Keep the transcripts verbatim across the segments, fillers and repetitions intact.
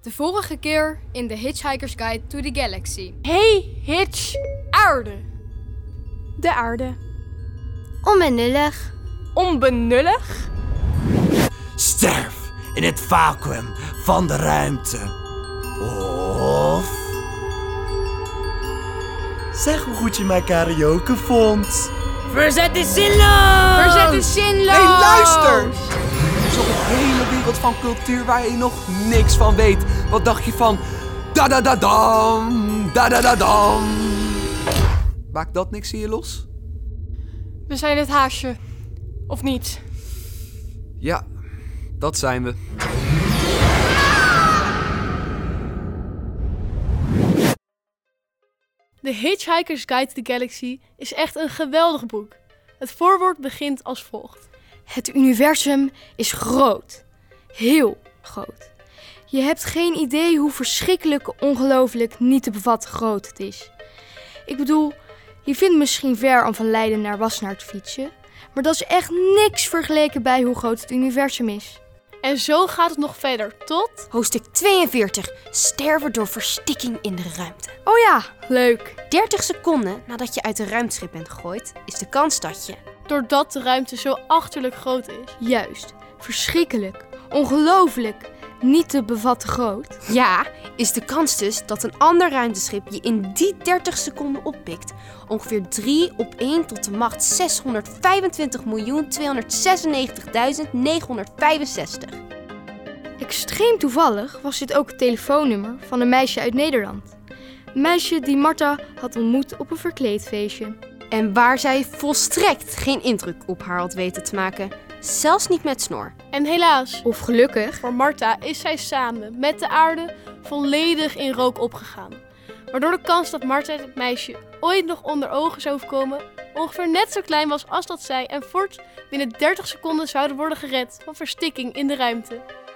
De vorige keer in The Hitchhiker's Guide to the Galaxy. Hey, Hitch. Aarde. De aarde. Onbenullig. Onbenullig? Sterf in het vacuüm van de ruimte. Of... zeg hoe goed je mijn karaoke vond. Verzet is zinloos! Verzet is zinloos! Hey, luister! Er is nog een hele wereld van cultuur waar je nog niks van weet. Wat dacht je van... da-da-da-dam, da-da-da-dam? Maakt dat niks in je los? We zijn het haasje. Of niet? Ja, dat zijn we. The Hitchhiker's Guide to the Galaxy is echt een geweldig boek. Het voorwoord begint als volgt. Het universum is groot. Heel groot. Je hebt geen idee hoe verschrikkelijk, ongelooflijk, niet te bevatten groot het is. Ik bedoel, je vindt misschien ver om van Leiden naar Wassenaar te fietsen, maar dat is echt niks vergeleken bij hoe groot het universum is. En zo gaat het nog verder, tot... Hoofdstuk tweeënveertig. Sterven door verstikking in de ruimte. Oh ja, leuk. dertig seconden nadat je uit een ruimteschip bent gegooid, is de kans dat je... Doordat de ruimte zo achterlijk groot is. Juist. Verschrikkelijk. Ongelooflijk. Niet te bevatten groot. Ja, is de kans dus dat een ander ruimteschip je in die dertig seconden oppikt. Ongeveer drie op één tot de macht zeshonderdvijfentwintig miljoen tweehonderdzesennegentigduizend negenhonderdvijfenzestig. Extreem toevallig was dit ook het telefoonnummer van een meisje uit Nederland. Een meisje die Martha had ontmoet op een verkleedfeestje. En waar zij volstrekt geen indruk op haar had weten te maken. Zelfs niet met snor. En helaas, Of gelukkig. voor Martha is zij samen met de aarde volledig in rook opgegaan. Waardoor de kans dat Martha het meisje ooit nog onder ogen zou komen ongeveer net zo klein was als dat zij en Fort binnen dertig seconden zouden worden gered van verstikking in de ruimte.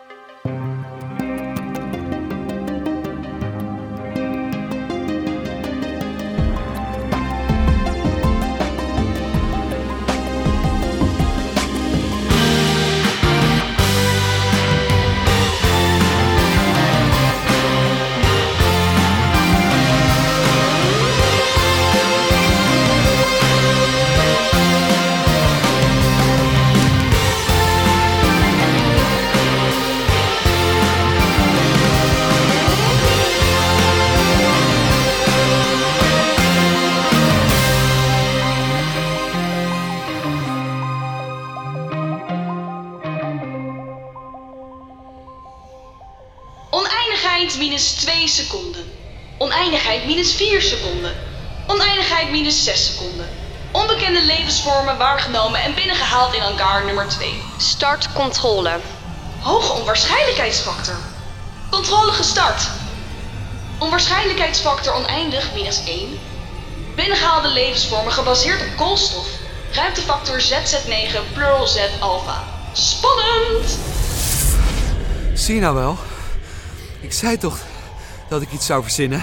Oneindigheid minus twee seconden. Oneindigheid minus vier seconden. Oneindigheid minus zes seconden. Onbekende levensvormen waargenomen en binnengehaald in hangar nummer twee. Start controle. Hoge onwaarschijnlijkheidsfactor. Controle gestart. Onwaarschijnlijkheidsfactor oneindig minus één. Binnengehaalde levensvormen gebaseerd op koolstof. Ruimtefactor Z Z negen plural Z alpha. Spannend! Zie je nou wel? Ik zei toch dat ik iets zou verzinnen.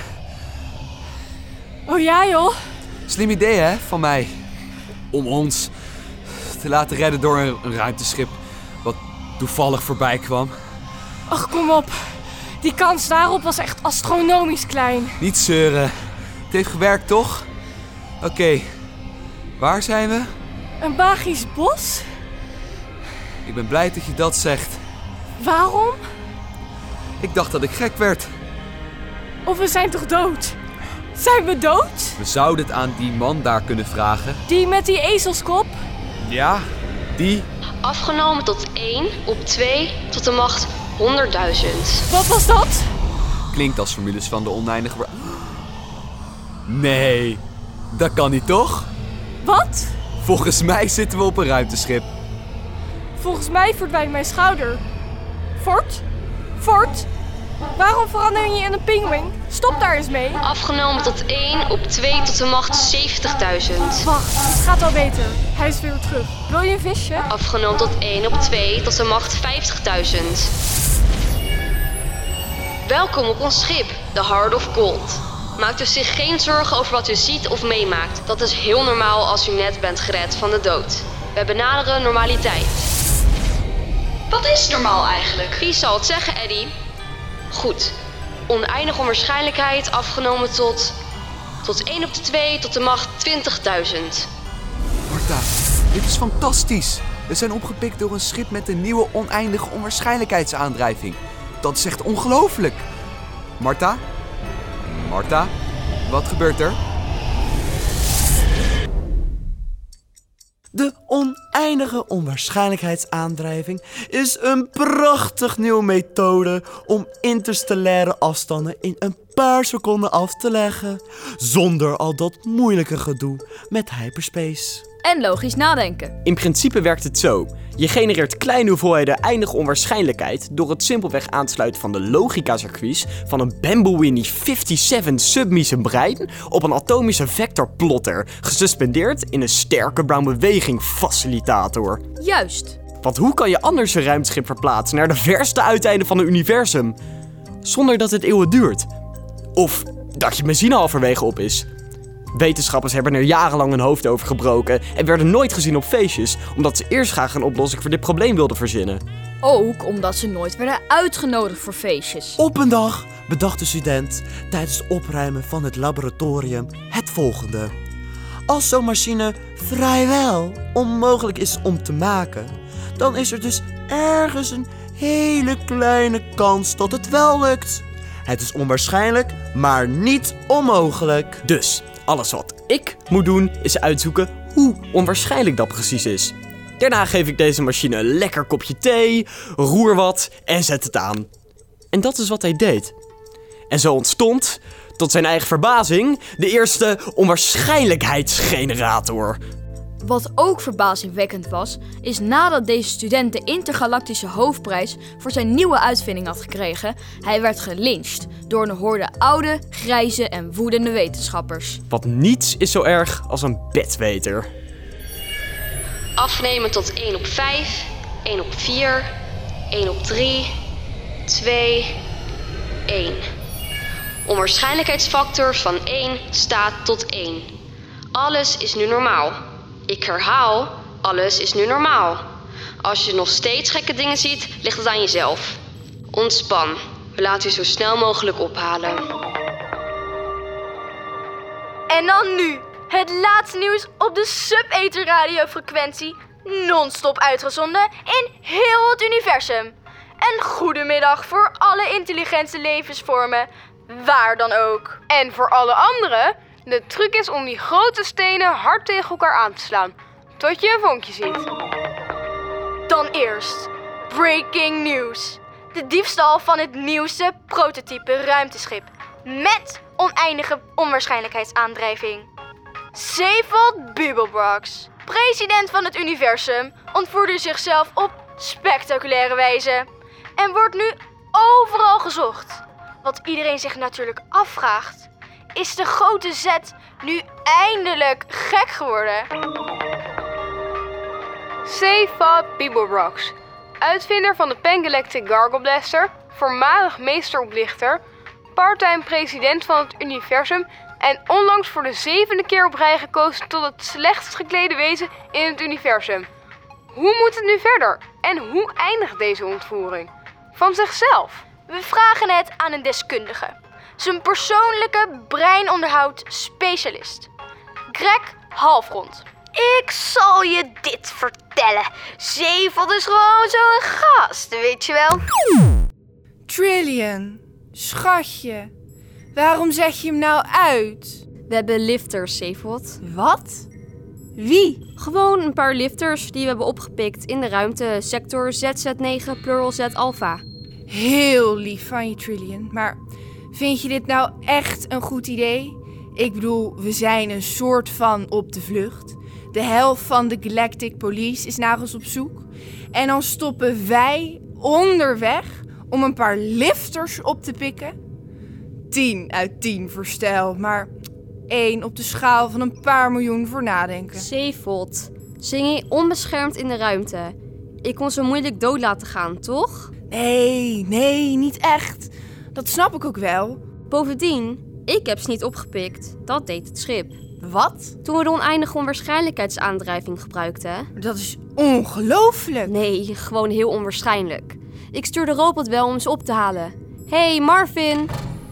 Oh ja joh. Slim idee hè, van mij. Om ons te laten redden door een, een ruimteschip wat toevallig voorbij kwam. Ach kom op. Die kans daarop was echt astronomisch klein. Niet zeuren. Het heeft gewerkt toch? Oké, okay. Waar zijn we? Een magisch bos? Ik ben blij dat je dat zegt. Waarom? Ik dacht dat ik gek werd. Of we zijn toch dood? Zijn we dood? We zouden het aan die man daar kunnen vragen. Die met die ezelskop? Ja, die. Afgenomen tot één op twee tot de macht honderdduizend. Wat was dat? Klinkt als formules van de oneindige... wa- Nee, dat kan niet toch? Wat? Volgens mij zitten we op een ruimteschip. Volgens mij verdwijnt mijn schouder. Fort? Fort? Waarom verander je in een pinguïn? Stop daar eens mee. Afgenomen tot één op twee tot de macht zeventigduizend. Wacht, het gaat al beter. Hij is weer terug. Wil je een visje? Afgenomen tot één op twee tot de macht vijftigduizend. Welkom op ons schip, The Heart of Gold. Maakt u zich geen zorgen over wat u ziet of meemaakt. Dat is heel normaal als u net bent gered van de dood. We benaderen normaliteit. Wat is normaal eigenlijk? Wie zal het zeggen, Eddie? Goed. Oneindige onwaarschijnlijkheid afgenomen tot... tot één op de twee tot de macht twintigduizend. Marta, dit is fantastisch. We zijn opgepikt door een schip met een nieuwe oneindige onwaarschijnlijkheidsaandrijving. Dat is echt ongelooflijk. Marta? Marta? Wat gebeurt er? De oneindige onwaarschijnlijkheidsaandrijving is een prachtig nieuwe methode om interstellaire afstanden in een paar seconden af te leggen. Zonder al dat moeilijke gedoe met hyperspace. En logisch nadenken. In principe werkt het zo. Je genereert kleine hoeveelheden eindige onwaarschijnlijkheid door het simpelweg aansluiten van de logicacircuits van een Bambuini vijfenvijftig submissive brein op een atomische vectorplotter, gesuspendeerd in een sterke Brown-beweging facilitator. Juist. Want hoe kan je anders een ruimteschip verplaatsen naar de verste uiteinden van het universum, zonder dat het eeuwen duurt? Of dat je benzine halverwege op is. Wetenschappers hebben er jarenlang hun hoofd over gebroken en werden nooit gezien op feestjes, omdat ze eerst graag een oplossing voor dit probleem wilden verzinnen. Ook omdat ze nooit werden uitgenodigd voor feestjes. Op een dag bedacht de student tijdens het opruimen van het laboratorium het volgende. Als zo'n machine vrijwel onmogelijk is om te maken, dan is er dus ergens een hele kleine kans dat het wel lukt. Het is onwaarschijnlijk, maar niet onmogelijk. Dus alles wat ik moet doen is uitzoeken hoe onwaarschijnlijk dat precies is. Daarna geef ik deze machine een lekker kopje thee, roer wat en zet het aan. En dat is wat hij deed. En zo ontstond, tot zijn eigen verbazing, de eerste onwaarschijnlijkheidsgenerator. Wat ook verbazingwekkend was, is nadat deze student de intergalactische hoofdprijs voor zijn nieuwe uitvinding had gekregen, hij werd gelyncht door een horde oude, grijze en woedende wetenschappers. Want niets is zo erg als een bedweter. Afnemen tot één op vijf, één op vier, één op drie, twee, één. Onwaarschijnlijkheidsfactor van één staat tot één. Alles is nu normaal. Ik herhaal, alles is nu normaal. Als je nog steeds gekke dingen ziet, ligt het aan jezelf. Ontspan. We laten je zo snel mogelijk ophalen. En dan nu, het laatste nieuws op de Sub-Ether radiofrequentie, non-stop uitgezonden in heel het universum. En goedemiddag voor alle intelligente levensvormen, waar dan ook. En voor alle anderen, de truc is om die grote stenen hard tegen elkaar aan te slaan, tot je een vonkje ziet. Dan eerst, breaking news. De diefstal van het nieuwste prototype ruimteschip met oneindige onwaarschijnlijkheidsaandrijving. Seyfold Beeblebrox, president van het universum, ontvoerde zichzelf op spectaculaire wijze en wordt nu overal gezocht. Wat iedereen zich natuurlijk afvraagt, is de grote Z nu eindelijk gek geworden? Seyfold Beeblebrox, uitvinder van de Pangalactic Gargle Blaster, voormalig meesteroplichter, parttime president van het universum en onlangs voor de zevende keer op rij gekozen tot het slechtst geklede wezen in het universum. Hoe moet het nu verder? En hoe eindigt deze ontvoering? Van zichzelf? We vragen het aan een deskundige. Zijn persoonlijke breinonderhoud specialist. Greg Halfrond. Ik zal je dit vertellen. Seyfold is gewoon zo'n gast, weet je wel. Trillian, schatje. Waarom zeg je hem nou uit? We hebben lifters, Seyfold. Wat? Wie? Gewoon een paar lifters die we hebben opgepikt in de ruimte. Sector Z Z negen Plural Z Alpha. Heel lief van je, Trillian. Maar vind je dit nou echt een goed idee? Ik bedoel, we zijn een soort van op de vlucht. De helft van de Galactic Police is naar ons op zoek. En dan stoppen wij onderweg om een paar lifters op te pikken. tien uit tien voor stijl, maar één op de schaal van een paar miljoen voor nadenken. Seyfold, zing je onbeschermd in de ruimte. Ik kon zo moeilijk dood laten gaan, toch? Nee, nee, niet echt. Dat snap ik ook wel. Bovendien, ik heb ze niet opgepikt. Dat deed het schip. Wat? Toen we de oneindige onwaarschijnlijkheidsaandrijving gebruikten. Dat is ongelooflijk. Nee, gewoon heel onwaarschijnlijk. Ik stuurde Robot wel om ze op te halen. Hey Marvin.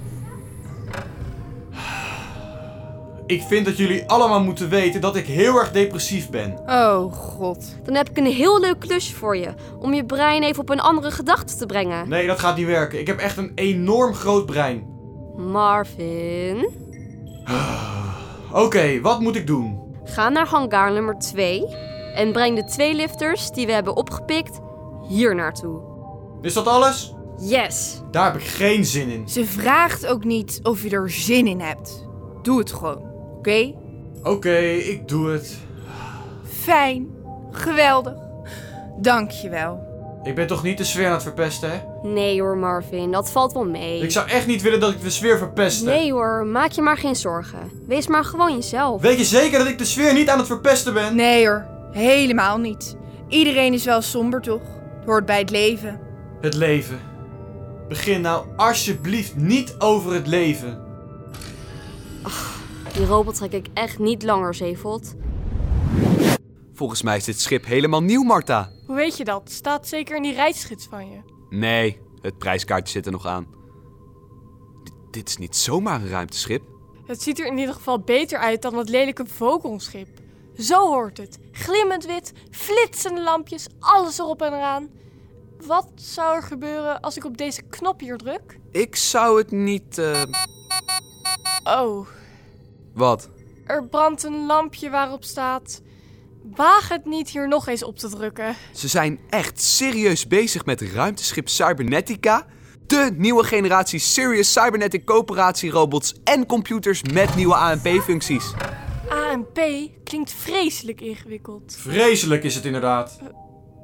Ik vind dat jullie allemaal moeten weten dat ik heel erg depressief ben. Oh god. Dan heb ik een heel leuk klusje voor je. Om je brein even op een andere gedachte te brengen. Nee, dat gaat niet werken. Ik heb echt een enorm groot brein. Marvin. Oké, okay, wat moet ik doen? Ga naar hangar nummer twee. En breng de twee lifters die we hebben opgepikt hier naartoe. Is dat alles? Yes. Daar heb ik geen zin in. Ze vraagt ook niet of je er zin in hebt. Doe het gewoon, oké? Okay? Oké, okay, ik doe het. Fijn. Geweldig. Dankjewel. Ik ben toch niet de sfeer aan het verpesten, hè? Nee hoor, Marvin. Dat valt wel mee. Ik zou echt niet willen dat ik de sfeer verpestte. Nee hoor, maak je maar geen zorgen. Wees maar gewoon jezelf. Weet je zeker dat ik de sfeer niet aan het verpesten ben? Nee hoor, helemaal niet. Iedereen is wel somber, toch? Het hoort bij het leven. Het leven. Begin nou alsjeblieft niet over het leven. Ach, die robot trek ik echt niet langer, Zeevold. Volgens mij is dit schip helemaal nieuw, Marta. Hoe weet je dat? Staat zeker in die reisgids van je. Nee, het prijskaartje zit er nog aan. D- dit is niet zomaar een ruimteschip. Het ziet er in ieder geval beter uit dan dat lelijke Vogelschip. Zo hoort het. Glimmend wit, flitsende lampjes, alles erop en eraan. Wat zou er gebeuren als ik op deze knop hier druk? Ik zou het niet... Uh... Oh. Wat? Er brandt een lampje waarop staat... Waag het niet hier nog eens op te drukken. Ze zijn echt serieus bezig met ruimteschip Cybernetica. De nieuwe generatie Serious Cybernetic coöperatierobots en computers met nieuwe A N P-functies. A N P klinkt vreselijk ingewikkeld. Vreselijk is het inderdaad. Uh,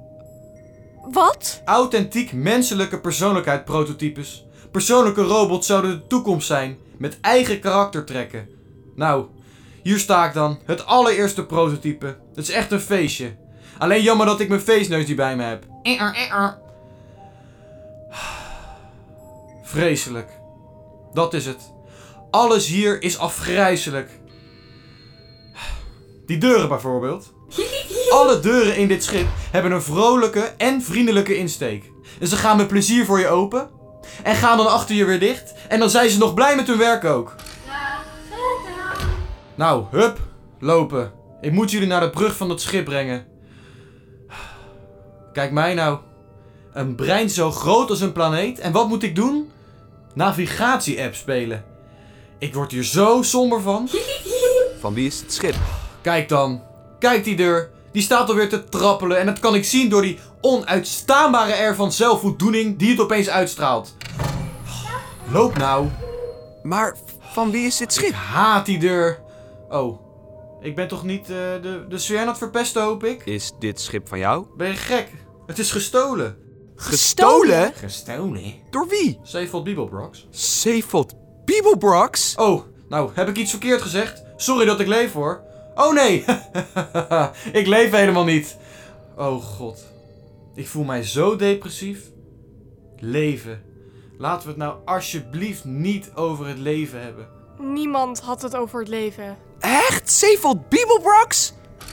wat? Authentiek menselijke persoonlijkheid prototypes. Persoonlijke robots zouden de toekomst zijn. Met eigen karaktertrekken. Nou... Hier sta ik dan, het allereerste prototype. Het is echt een feestje. Alleen jammer dat ik mijn feestneus niet bij me heb. Vreselijk. Dat is het. Alles hier is afgrijselijk. Die deuren bijvoorbeeld. Alle deuren in dit schip hebben een vrolijke en vriendelijke insteek. En ze gaan met plezier voor je open. En gaan dan achter je weer dicht. En dan zijn ze nog blij met hun werk ook. Nou, hup, lopen. Ik moet jullie naar de brug van het schip brengen. Kijk mij nou. Een brein zo groot als een planeet. En wat moet ik doen? Navigatie-app spelen. Ik word hier zo somber van. Van wie is het schip? Kijk dan. Kijk die deur. Die staat alweer te trappelen. En dat kan ik zien door die onuitstaanbare air van zelfvoldoening die het opeens uitstraalt. Loop nou. Maar van wie is dit schip? Ik haat die deur. Oh, ik ben toch niet uh, de, de sfeer aan het verpesten, hoop ik? Is dit schip van jou? Ben je gek? Het is gestolen. Gestolen? Gestolen? Door wie? Zeevold Bibelbrox. Zeevold Bibelbrox? Oh, nou, heb ik iets verkeerd gezegd? Sorry dat ik leef, hoor. Oh nee, ik leef helemaal niet. Oh god, ik voel mij zo depressief. Leven. Laten we het nou alsjeblieft niet over het leven hebben. Niemand had het over het leven. Echt? Zeevold Bibelbrox?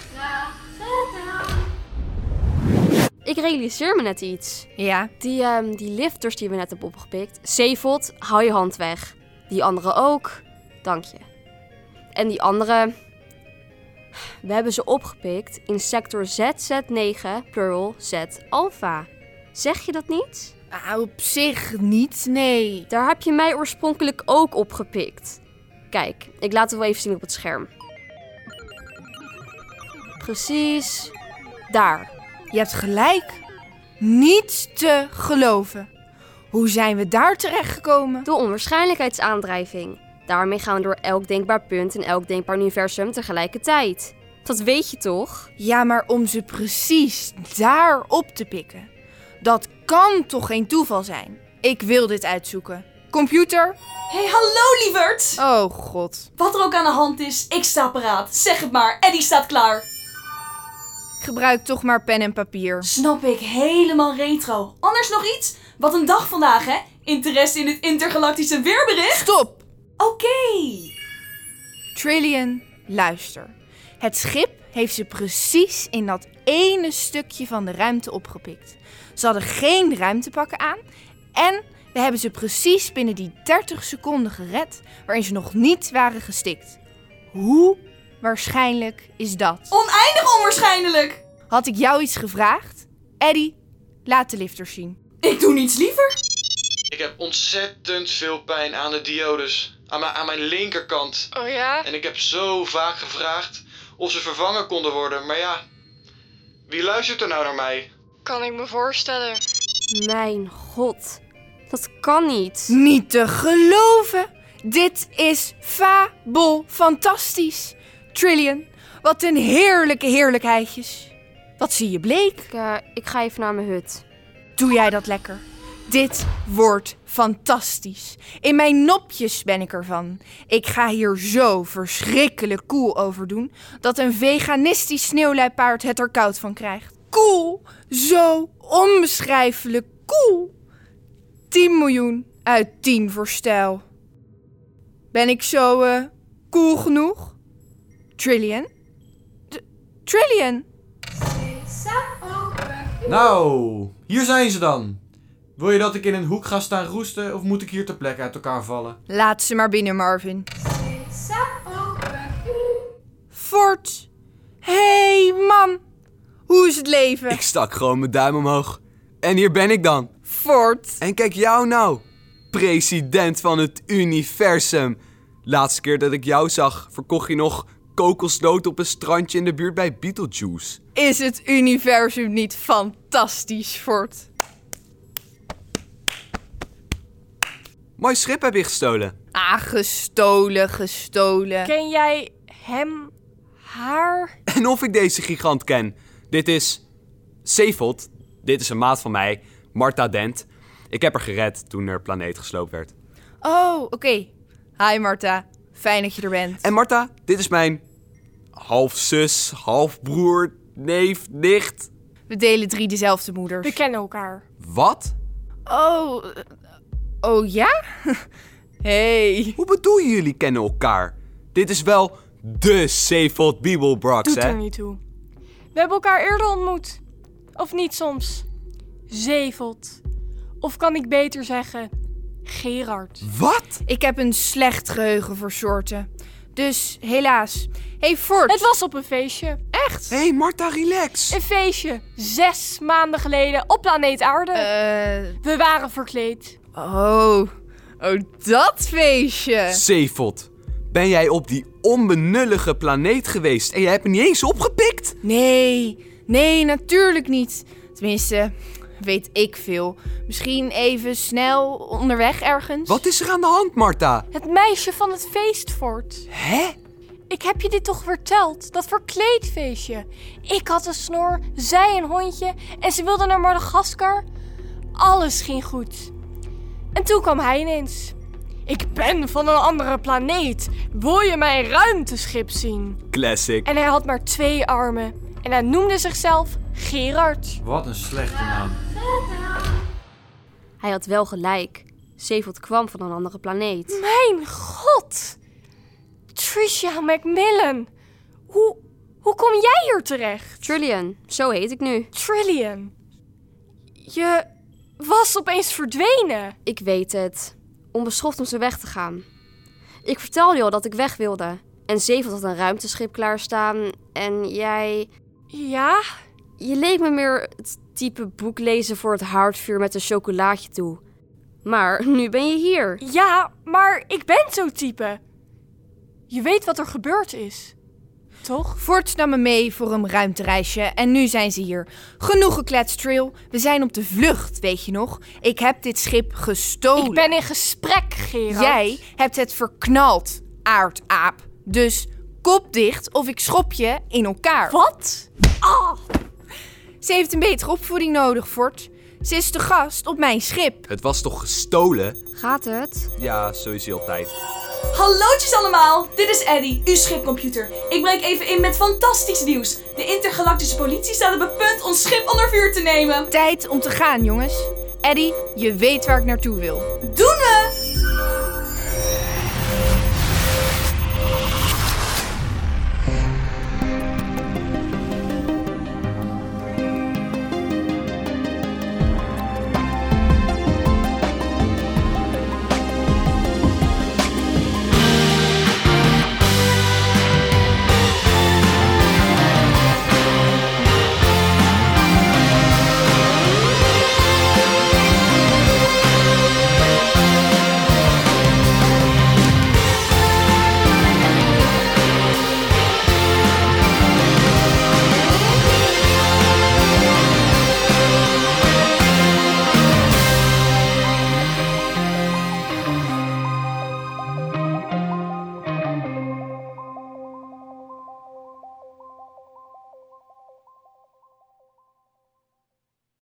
Ik realiseer me net iets. Ja? Die, um, die lifters die we net hebben opgepikt. Zeevold, hou je hand weg. Die andere ook. Dank je. En die andere... We hebben ze opgepikt in sector Z Z negen, plural Z Alpha. Zeg je dat niet? Ah, op zich niet, nee. Daar heb je mij oorspronkelijk ook opgepikt. Kijk, ik laat het wel even zien op het scherm. Precies daar. Je hebt gelijk. Niet te geloven. Hoe zijn we daar terechtgekomen? De onwaarschijnlijkheidsaandrijving. Daarmee gaan we door elk denkbaar punt in elk denkbaar universum tegelijkertijd. Dat weet je toch? Ja, maar om ze precies daar op te pikken. Dat kan toch geen toeval zijn? Ik wil dit uitzoeken. Computer? Hey, hallo lieverd! Oh god. Wat er ook aan de hand is, ik sta paraat. Zeg het maar, Eddie staat klaar. Gebruik toch maar pen en papier. Snap ik, helemaal retro. Anders nog iets? Wat een dag vandaag, hè? Interesse in het intergalactische weerbericht? Stop! Oké. Okay. Trillian, luister. Het schip heeft ze precies in dat ene stukje van de ruimte opgepikt. Ze hadden geen ruimtepakken aan en We hebben ze precies binnen die dertig seconden gered waarin ze nog niet waren gestikt. Hoe waarschijnlijk is dat? Oneindig onwaarschijnlijk! Had ik jou iets gevraagd? Eddie, laat de lifters zien. Ik doe niets liever. Ik heb ontzettend veel pijn aan de diodes. Aan mijn, aan mijn linkerkant. Oh ja? En ik heb zo vaak gevraagd of ze vervangen konden worden. Maar ja, wie luistert er nou naar mij? Kan ik me voorstellen. Mijn god, dat kan niet. Niet te geloven. Dit is fabel fantastisch. Trillian, wat een heerlijke heerlijkheidjes. Wat zie je bleek? Ik, uh, ik ga even naar mijn hut. Doe jij dat lekker? Dit wordt fantastisch. In mijn nopjes ben ik ervan. Ik ga hier zo verschrikkelijk cool over doen dat een veganistisch sneeuwluipaard het er koud van krijgt. Cool, zo onbeschrijfelijk cool. tien miljoen uit tien voor stijl. Ben ik zo uh, cool genoeg? Trillian? D- Trillian? Nou, hier zijn ze dan. Wil je dat ik in een hoek ga staan roesten of moet ik hier ter plekke uit elkaar vallen? Laat ze maar binnen, Marvin. Fort. Hey, man. Hoe is het leven? Ik stak gewoon mijn duim omhoog. En hier ben ik dan. Fort. En kijk jou nou. President van het universum. Laatste keer dat ik jou zag, verkocht je nog kokosnoot op een strandje in de buurt bij Beetlejuice. Is het universum niet fantastisch, Fort? Mooi schip heb je gestolen. Ah, gestolen, gestolen. Ken jij hem, haar? En of ik deze gigant ken. Dit is Zeevold. Dit is een maat van mij, Marta Dent. Ik heb haar gered toen er planeet gesloopt werd. Oh, oké. Okay. Hi Marta, fijn dat je er bent. En Marta, dit is mijn halfzus, halfbroer, neef, nicht. We delen drie dezelfde moeders. We kennen elkaar. Wat? Oh, oh ja? Hey. Hoe bedoel je jullie kennen elkaar? Dit is wel de Zeevold Bibelbrox, hè? Doet er niet toe. We hebben elkaar eerder ontmoet. Of niet soms. Zeevold. Of kan ik beter zeggen, Gerard. Wat? Ik heb een slecht geheugen voor soorten. Dus helaas. Hey Fort. Het was op een feestje. Echt? Hé hey Marta, relax. Een feestje. Zes maanden geleden op planeet Aarde. Uh... We waren verkleed. Oh. Oh, dat feestje. Zeevold. Ben jij op die onbenullige planeet geweest en je hebt me niet eens opgepikt? Nee. Nee, natuurlijk niet. Tenminste, weet ik veel. Misschien even snel onderweg ergens. Wat is er aan de hand, Marta? Het meisje van het feestfort. Hè? Ik heb je dit toch verteld? Dat verkleedfeestje. Ik had een snor, zij een hondje en ze wilde naar Madagaskar. Alles ging goed. En toen kwam hij ineens. Ik ben van een andere planeet. Wil je mijn ruimteschip zien? Classic. En hij had maar twee armen. En hij noemde zichzelf Gerard. Wat een slechte naam. Hij had wel gelijk. Zeevold kwam van een andere planeet. Mijn god! Tricia Macmillan. Hoe, hoe kom jij hier terecht? Trillian, zo heet ik nu. Trillian. Je was opeens verdwenen. Ik weet het. Onbeschoft om ze weg te gaan. Ik vertelde je al dat ik weg wilde. En Zeevold had een ruimteschip klaarstaan. En jij... Ja? Je leek me meer het type boek lezen voor het haardvuur met een chocolaatje toe. Maar nu ben je hier. Ja, maar ik ben zo'n type. Je weet wat er gebeurd is. Toch? Fort nam me mee voor een ruimtereisje en nu zijn ze hier. Genoeg gekletst, Trill. We zijn op de vlucht, weet je nog? Ik heb dit schip gestolen. Ik ben in gesprek, Gerard. Jij hebt het verknald, aardaap. Dus kop dicht of ik schop je in elkaar. Wat? Ah! Ze heeft een betere opvoeding nodig, Fort. Ze is de gast op mijn schip. Het was toch gestolen? Gaat het? Ja, zo is hij altijd. Hallootjes allemaal, dit is Eddie, uw schipcomputer. Ik breek even in met fantastisch nieuws. De intergalactische politie staat op het punt ons schip onder vuur te nemen. Tijd om te gaan, jongens. Eddie, je weet waar ik naartoe wil. Doen